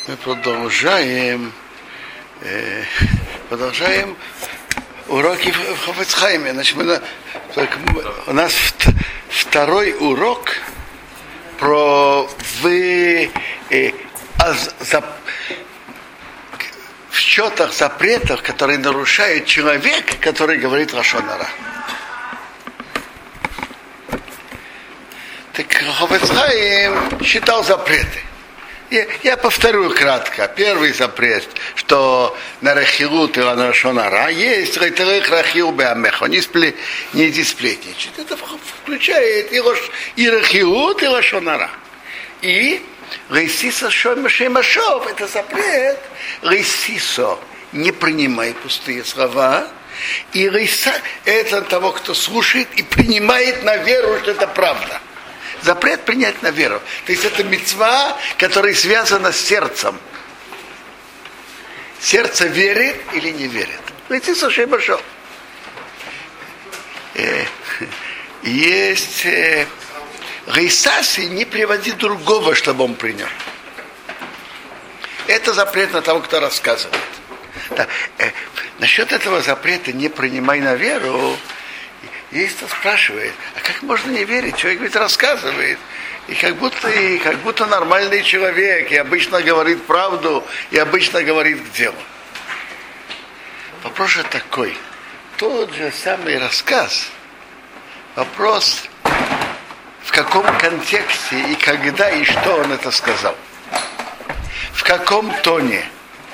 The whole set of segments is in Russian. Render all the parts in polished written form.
Мы продолжаем уроки в Хафец Хаиме. Значит, у нас второй урок про в счетах, запретах, которые нарушает человек, который говорит лашон ара. Так Хафец Хаим считал запреты. Я повторю кратко. Первый запрет, что на рахилут и на лашон ара есть рахил беамеха, не иди сплетничать. Это включает и рахилут, и лашон ара. И рейсисо шемашов, это запрет. Рейсисо, не принимай пустые слова. И рейса, это того, кто слушает и принимает на веру, что это правда. Запрет принять на веру. То есть это мицва, которая связана с сердцем. Сердце верит или не верит. Рейсисо шемашов. Есть рейсаси, не приводи другого, чтобы он принял. Это запрет на того, кто рассказывает. Да. Насчет этого запрета не принимай на веру, есть кто спрашивает, а как можно не верить? Человек ведь рассказывает, и как будто нормальный человек, и обычно говорит правду, и обычно говорит к делу. Вопрос же такой, тот же самый рассказ, вопрос, в каком контексте, и когда, и что он это сказал. В каком тоне,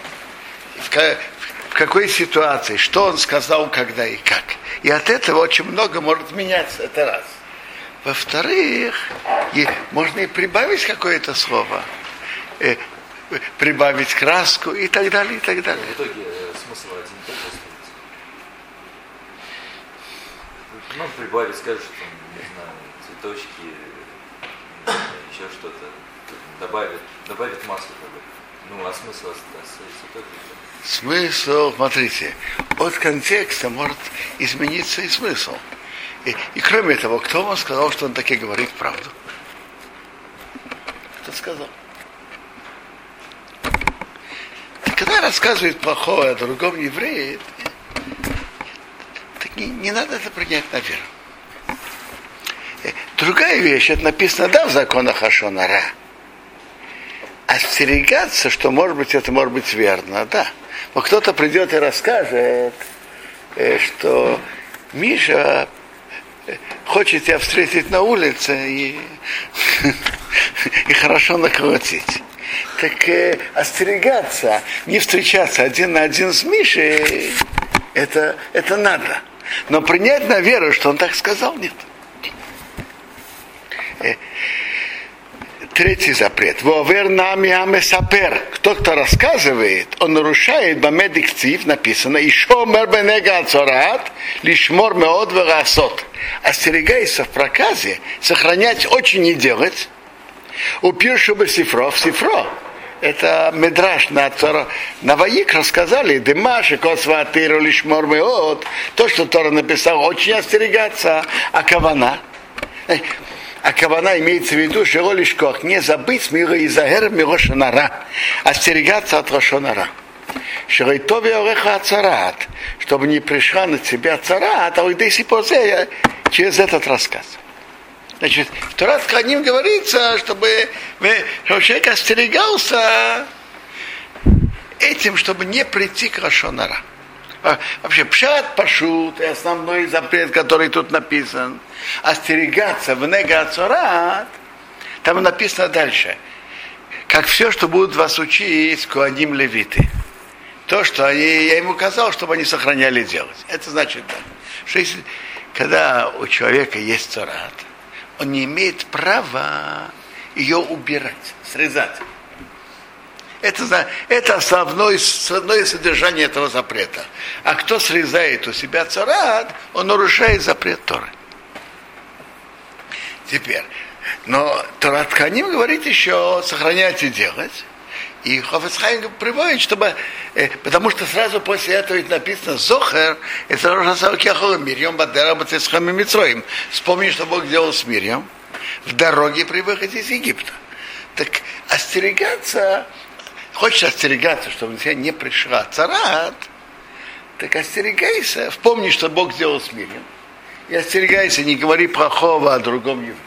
в какой ситуации, что он сказал, когда и как. И от этого очень много может меняться, это раз. Во-вторых, можно и прибавить какое-то слово, прибавить краску и так далее, и так далее. В итоге смысл один и тот же остается. Ну, прибавить, скажешь, что, не знаю, цветочки, еще что-то, добавить масло. Ну, а смысл остается тот же. Смысл, смотрите, от контекста может измениться и смысл. И кроме того, кто вам сказал, что он таки говорит правду? Кто сказал? Когда рассказывает плохое о другом еврее, так не надо это принять на веру. Другая вещь, это написано, да, в законах лашон ара. Остерегаться, что, это может быть верно, да. Но кто-то придет и расскажет, что Миша хочет тебя встретить на улице и хорошо накрутить. Так остерегаться, не встречаться один на один с Мишей, это надо. Но принять на веру, что он так сказал, нет. Третий запрет. Вовер нами амесапер. Кто рассказывает, он нарушает бамедиктив, написано, и шомер бенега ацорат, лишмор меод верасот. Остерегайся в проказе, сохранять очень не делать. Упиршу бы сифро. Это медраш на Ваик рассказали, Димаши, Косватиру, лишмор меод. То, что Тора написал, очень остерегаться. А кавана? А кавана имеется в виду, что лишкох, не забыть мира и загер мира шонара, остерегаться от лашонара. Шейтови ореха ацарат, чтобы не пришла на тебя царат, а уйдись и позе через этот рассказ. Значит, в Торат Каним говорится, чтобы человек остерегался этим, чтобы не прийти к лашонара. Вообще, пшат пашут, и основной запрет, который тут написан, остерегаться в нега-ацорат, там написано дальше, как все, что будут вас учить коаним левиты. То, что я ему сказал, чтобы они сохраняли делать. Это значит, что если, когда у человека есть цорат, он не имеет права ее убирать, срезать. Это основное содержание этого запрета. А кто срезает у себя царат, он нарушает запрет Торы. Теперь, но Торат Каним говорит еще сохранять и делать. И Хафец Хаим приводит, чтобы, потому что сразу после этого ведь написано Зохер, это Мирьям Бадера Бацесхам и Мицроим. Вспомни, что Бог делал с Мирьям в дороге при выходе из Египта. Так остерегаться хочешь остерегаться, чтобы на тебя не пришла царат, так остерегайся, вспомни, что Бог сделал с миром. И остерегайся, не говори плохого о другом еврею.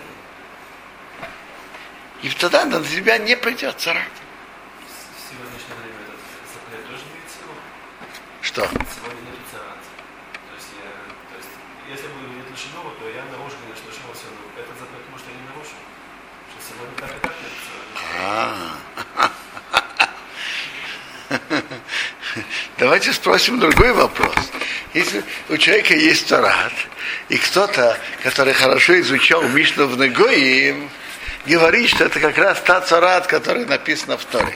И тогда на тебя не придет царат. В сегодняшнее время этот запрет тоже имеется в виду? Что? Сегодня нету царат. То есть, если бы нет лишенного, то я нарушил, конечно, лишенного все равно. Этот запрет, может, я не нарушил. Что сегодня так и так нет царат. Давайте спросим другой вопрос. Если у человека есть царат, и кто-то, который хорошо изучал Мишну в Негоим, говорит, что это как раз та царат, которая написана в Торе.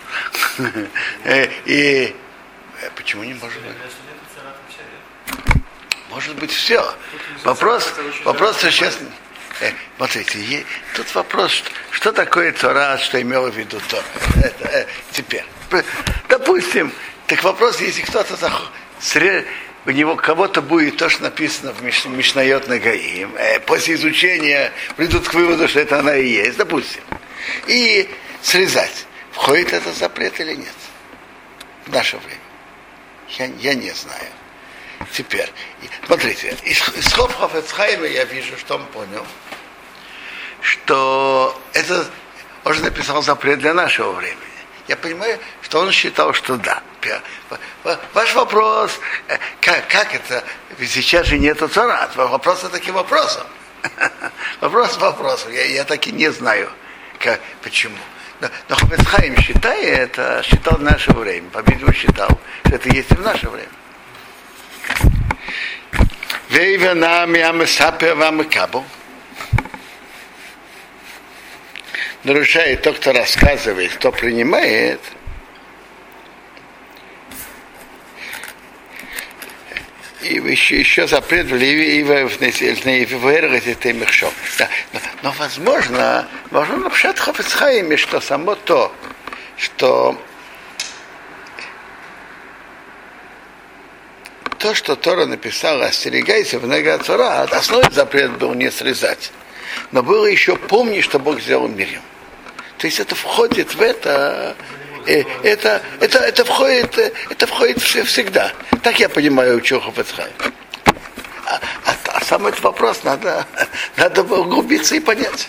И почему не может быть? Может быть все. Вопрос честно. Смотрите, тут вопрос, что такое царат, что имело в виду Тора. Теперь, допустим, так вопрос, если кто-то у него кого-то будет то, что написано в Мишнайот Негаим, после изучения придут к выводу, что это она и есть, допустим, и срезать. Входит этот запрет или нет? В наше время. Я не знаю. Теперь, смотрите, из слов Хафец Хаима я вижу, что он понял, что это он же написал запрет для нашего времени. Я понимаю, что он считал, что да. Ваш вопрос, как это, ведь сейчас же нету царат, вопрос таким вопросом. Вопрос вопросом, я так и не знаю, почему. Но Хафец Хаим считал в наше время, по-видимому считал, что это есть и в наше время. Нарушает то, кто рассказывает, кто принимает. И еще запрет в Ливии но возможно, в Пшат Хафец Хаиме, что само то, что Тора написала, остерегайся в Негацорат, основной запрет был не срезать. Но было еще помни, что Бог сделал миром. То есть это входит в это входит всегда. Так я понимаю, учил Хафец Хаим. А сам этот вопрос надо углубиться и понять.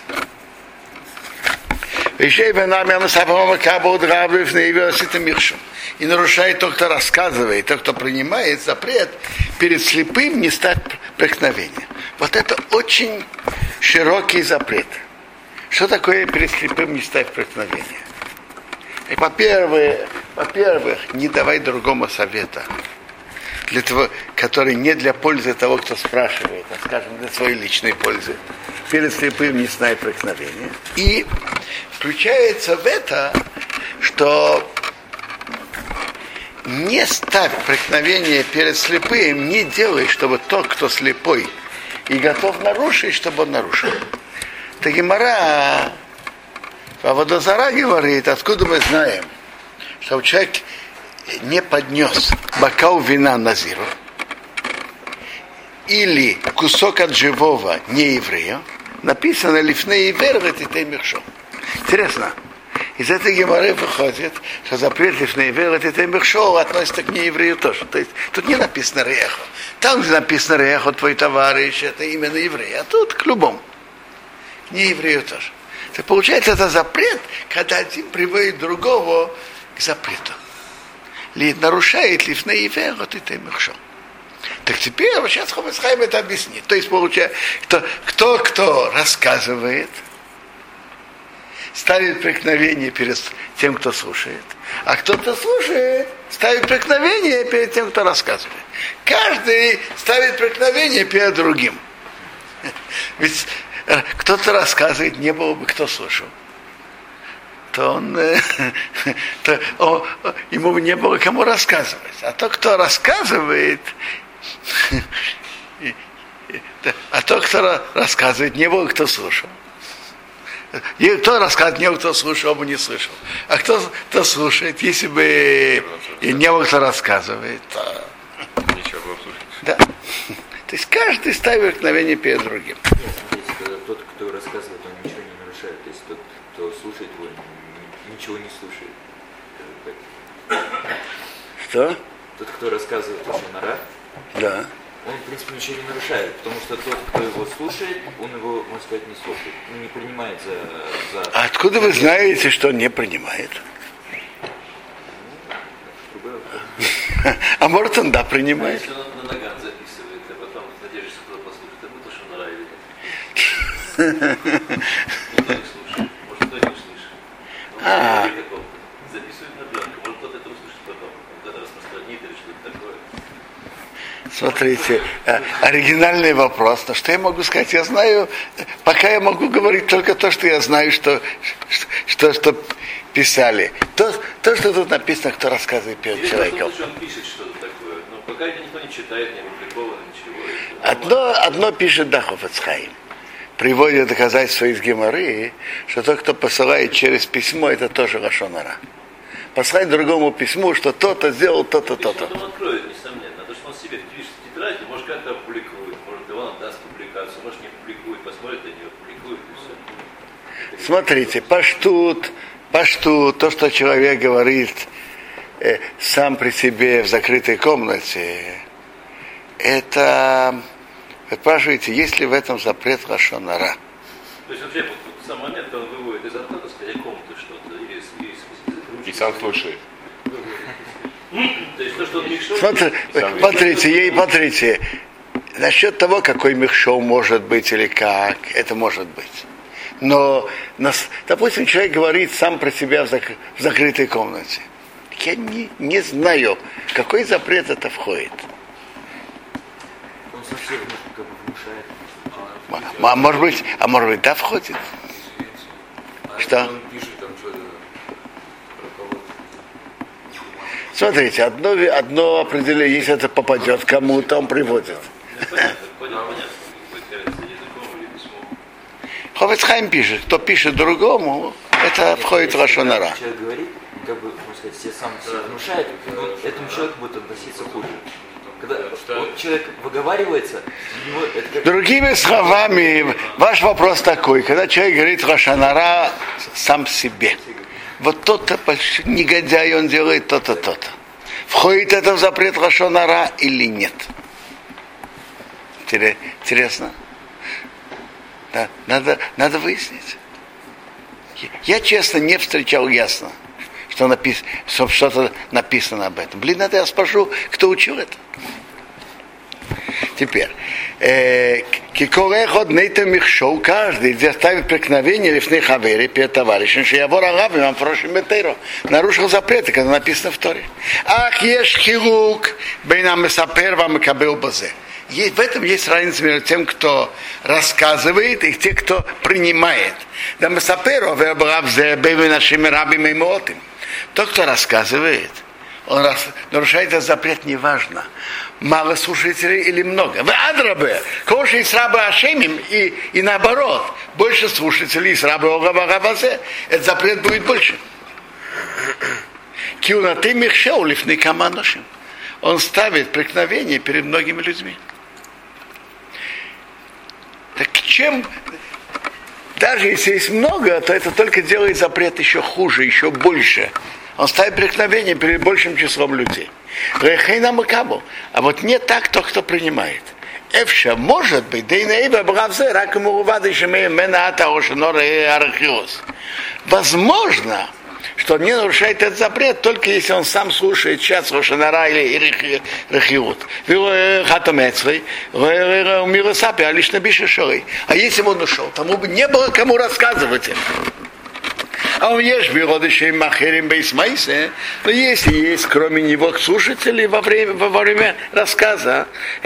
И нарушает тот, кто рассказывает, тот, кто принимает запрет, перед слепым не ставь преткновения. Вот это очень широкий запрет. Что такое перед слепым не ставь преткновения? И во-первых, не давай другому совета, для того, который не для пользы того, кто спрашивает, а, скажем, для своей личной пользы. Перед слепым не ставь преткновения. И включается в это, что не ставь преткновение перед слепым, не делай, чтобы тот, кто слепой и готов нарушить, чтобы он нарушил. Это Гемара Авода Зара говорит, откуда мы знаем, что человек не поднес бокал вина назиру или кусок от живого не еврея, написано лифней ивер ветитей миршо. Интересно, из этой геморы выходит, что запрет лифней ивер ветитей миршо относится к нееврею тоже. То есть тут не написано рехо. Там, где написано рехо, твой товарищ, это именно еврей, а тут к любому. К нееврею тоже. То получается, это запрет, когда один приводит другого к запрету. Нарушает лифней ивер ветитей миршо. Так теперь вот сейчас Хафец Хаим это объяснит. То есть получается, кто рассказывает, ставит преткновение перед тем, кто слушает, а кто-то слушает, ставит преткновение перед тем, кто рассказывает. Каждый ставит преткновение перед другим. Ведь кто-то рассказывает, не было бы кто слушал, то ему не было кому рассказывать. А тот, кто рассказывает, не было кто слушал. И кто рассказывает, не было кто слушал, он бы не слышал. А кто слушает, если бы и не было кто рассказывает, то ничего было слушать. Да. То есть каждый ставит преткновение перед другим. Смотрите, когда тот, кто рассказывает, он ничего не нарушает. То есть тот, кто слушает его, ничего не слушает. Что? Тот, кто рассказывает лашон ара, Да. он, в принципе, ничего не нарушает, потому что тот, кто его слушает, он его, можно сказать, не слушает, не принимает за... А откуда вы знаете, что он не принимает? А может, он да принимает? Если он на наган записывает, а потом надеешься, кто послушает, это будет что нравится. Никто не слушает, может, кто не услышит. Записывает на пленку, может, кто-то это услышит потом, кто-то распространит или что-то такое. Смотрите, оригинальный вопрос. Но что я могу сказать? Я знаю, пока я могу говорить только то, что я знаю, что писали. То, что тут написано, кто рассказывает перед человеком. Он пишет что-то такое, но пока это никто не читает, не опубликовано, ничего. Одно пишет Хафец Хаим. Приводит доказательства из Гемары, что тот, кто посылает через письмо, это тоже лашон ара. Послать другому письму, что то-то сделал, то-то, то-то. Потом откроет, несомненно. То, что он себе пишет в тетради, может, как-то опубликует, может, он даст публикацию, может, не публикует, посмотрит, и не опубликует, и все. Смотрите, паштут, то, что человек говорит сам при себе в закрытой комнате, это, вы спрашиваете, есть ли в этом запрет лашон ара? То есть вообще, вот в самый момент, когда он выводит из окна, так сказать, комнаты что-то, или из ручки. И сам слушает. То есть то, что он микшер... Смотрите, насчет того, какой микшоу может быть или как, это может быть. Но, допустим, человек говорит сам про себя в закрытой комнате. Я не знаю, какой запрет это входит. Он совсем как бы внушает. А может быть, да, входит? Что? Он пишет там что-то про кого-то. Смотрите, одно определение, если это попадет кому-то, он приводит. Понятно. Хафец Хаим пишет, кто пишет другому, это входит в лашон ара. Человек говорит, как бы, можно сказать, себе сам себя внушает, но этому человеку будет относиться хуже. Когда вот человек выговаривается, у него это как... Другими словами, ваш вопрос такой, когда человек говорит лашон ара сам себе. Вот тот-то негодяй, он делает то-то, то-то. Входит это в запрет лашон ара или нет? Интересно? Да, надо выяснить. Я, честно, не встречал ясно, что что-то написано об этом. Надо я спрошу, кто учил это. Теперь. Кикорехот нейта михшоу, каждый, где ставит преткновение лифней хавери перед товарищем, что я вор араб, вам прошим бетейро, нарушил запреты, когда написано в Торе. Ах, ешь хилук, бейнам месапер вам кабел базе. В этом есть разница между тем, кто рассказывает, и тем, кто принимает. Тот, кто рассказывает, он нарушает этот запрет, неважно, мало слушателей или много. В адрабе, коши и срабы ашемим, и наоборот, больше слушателей и срабы огавагасе, этот запрет будет больше. Киунаты михшеу лифны каманошим. Он ставит преткновение перед многими людьми. Так чем, даже если есть много, то это только делает запрет еще хуже, еще больше. Он ставит преткновение перед большим числом людей. А вот не так тот, кто принимает. Эвша может быть, возможно, что он не нарушает этот запрет, только если он сам слушает час лашон ара или рехиут. А если он ушел, тому бы не было кому рассказывать им. А он есть биродышей махерим бейсмайсе, но если есть кроме него слушателей во время рассказа,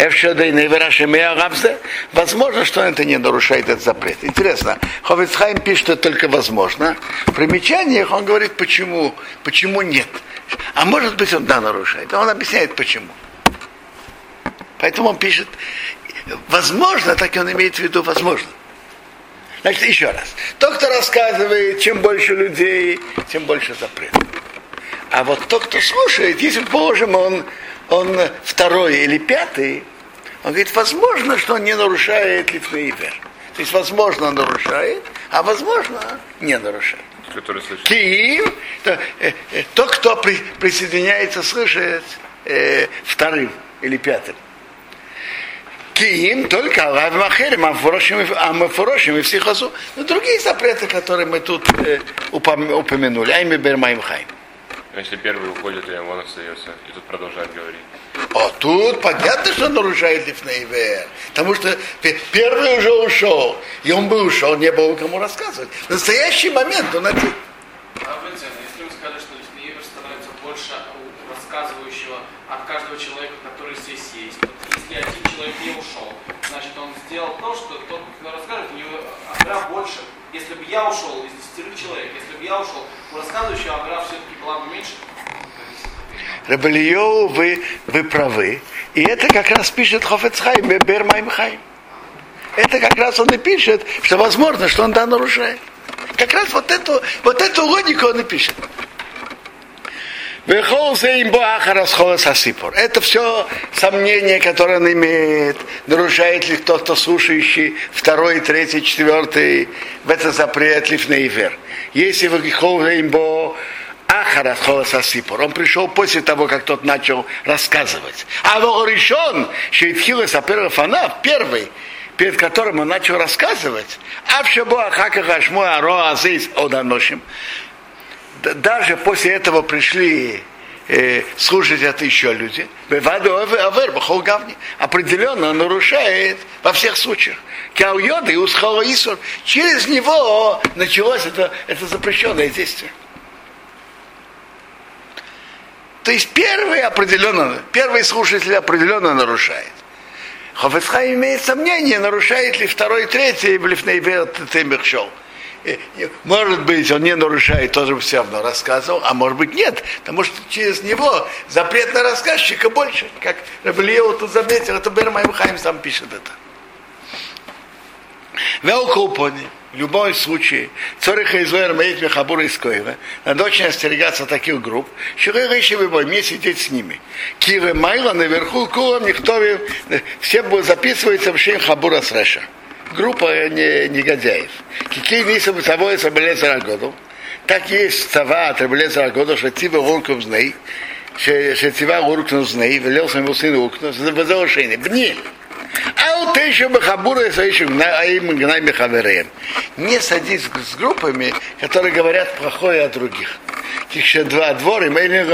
возможно, что он это не нарушает этот запрет. Интересно, Хафец Хаим пишет, что только возможно. В примечаниях он говорит, почему нет. А может быть, он да нарушает. Он объясняет, почему. Поэтому он пишет, возможно, так он имеет в виду, возможно. Значит, еще раз. Тот, кто рассказывает, чем больше людей, тем больше запрет. А вот тот, кто слушает, если, положим, он второй или пятый, он говорит, возможно, что он не нарушает лифней ивер. То есть, возможно, он нарушает, а возможно, не нарушает. который слышит. Киим, тот, кто присоединяется, слышит вторым или пятым. Киим только Алав Махерим, Амафурошим и Психозу. Но другие запреты, которые мы тут упомянули. Айми Бермаим Хайм. Если первый уходит, и он остается, и тут продолжает говорить. А тут понятно, что нарушает Лифнейвер. Потому что первый уже ушел, и он бы ушел, не было кому рассказывать. В настоящий момент он один. Если вы сказали, что Лифнейвер становится больше у рассказывающего от каждого человека, который здесь есть. Вот если один человек не ушел, значит он сделал то, что тот, кто расскажет, у него агра больше. Если бы я ушел из 10 человек, если бы я ушел, у рассказывающего агра все-таки была бы меньше. Рабелио, вы правы. И это как раз пишет Хофец Хаим, Бермаим Хаим. Это как раз он и пишет, что возможно, что он нарушает. Как раз вот эту логику он и пишет. Это все сомнения, которые он имеет. Нарушает ли кто-то слушающий второй, третий, четвертый. В это запрет Лифнейвер. Если вы имбо Ахарас Холосасипор. Он пришел после того, как тот начал рассказывать. А решен, что Итхила Сапера Фанав, первый, перед которым он начал рассказывать, даже после этого пришли слушать это еще люди. Определенно он нарушает во всех случаях. Через него началось это запрещенное действие. То есть первый слушатель определенно нарушает. Хофец Хаим имеет сомнение, нарушает ли второй, третий, Лифнейвер Тембехшол. Может быть, он не нарушает, тоже все равно рассказывал, а может быть нет, потому что через него запрет на рассказчика больше. Как Рабелио тут заметил, это Бермаим Хаим сам пишет это. В любом случае, Цориха Изуэр Маит Мехабура из Коева, надо очень остерегаться таких групп, что мне сидеть с ними. Киры Майла наверху, Кулам, Нихтове, все записываются в Шейн Хабура Среша. Группа негодяев. Кикей Нисам Савоя Белеза Рагоду. Так есть Сава от Белеза Рагоду, что Тива Урков Зней, что Тива Уркнув Зней, велел своему сыну Уркнув, за Шейни. Бни! Не садись с группами, которые говорят плохое о других. Еще два двора,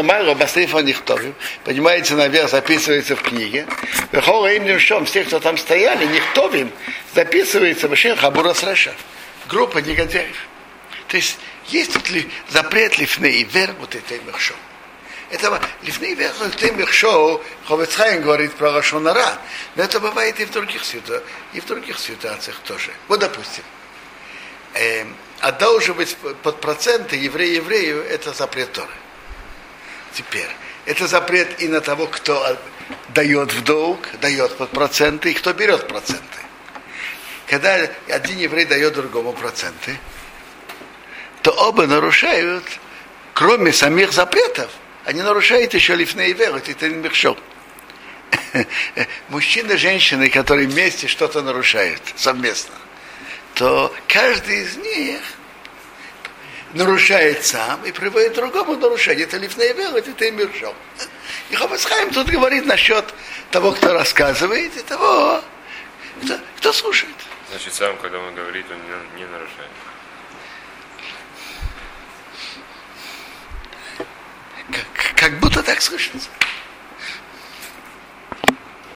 понимаете, наверх записывается в книге. Все, кто там стояли, никтовим, записывается в Хабура Среша. Группа негодяев. То есть, есть тут ли запрет Лифней Вер, вот это Мехшо. Это Лифней Вер, вот это Мехшо, Хофец Хаим говорит про лашон ара, но это бывает и в других ситуациях тоже. Вот, допустим, одалживать под проценты еврею, это запрет Торы. Теперь, это запрет и на того, кто дает в долг, дает под проценты, и кто берет проценты. Когда один еврей дает другому проценты, то оба нарушают, кроме самих запретов, они нарушают еще Лифней Вер, это Мехшо. Мужчины и женщины, которые вместе что-то нарушают совместно, то каждый из них нарушает сам и приводит другому нарушению. Это Лифней Вер, это Мехшо. И Хофец Хаим тут говорит насчет того, кто рассказывает, и того, кто слушает. Значит, сам, когда он говорит, он не нарушает. Как будто так слышится.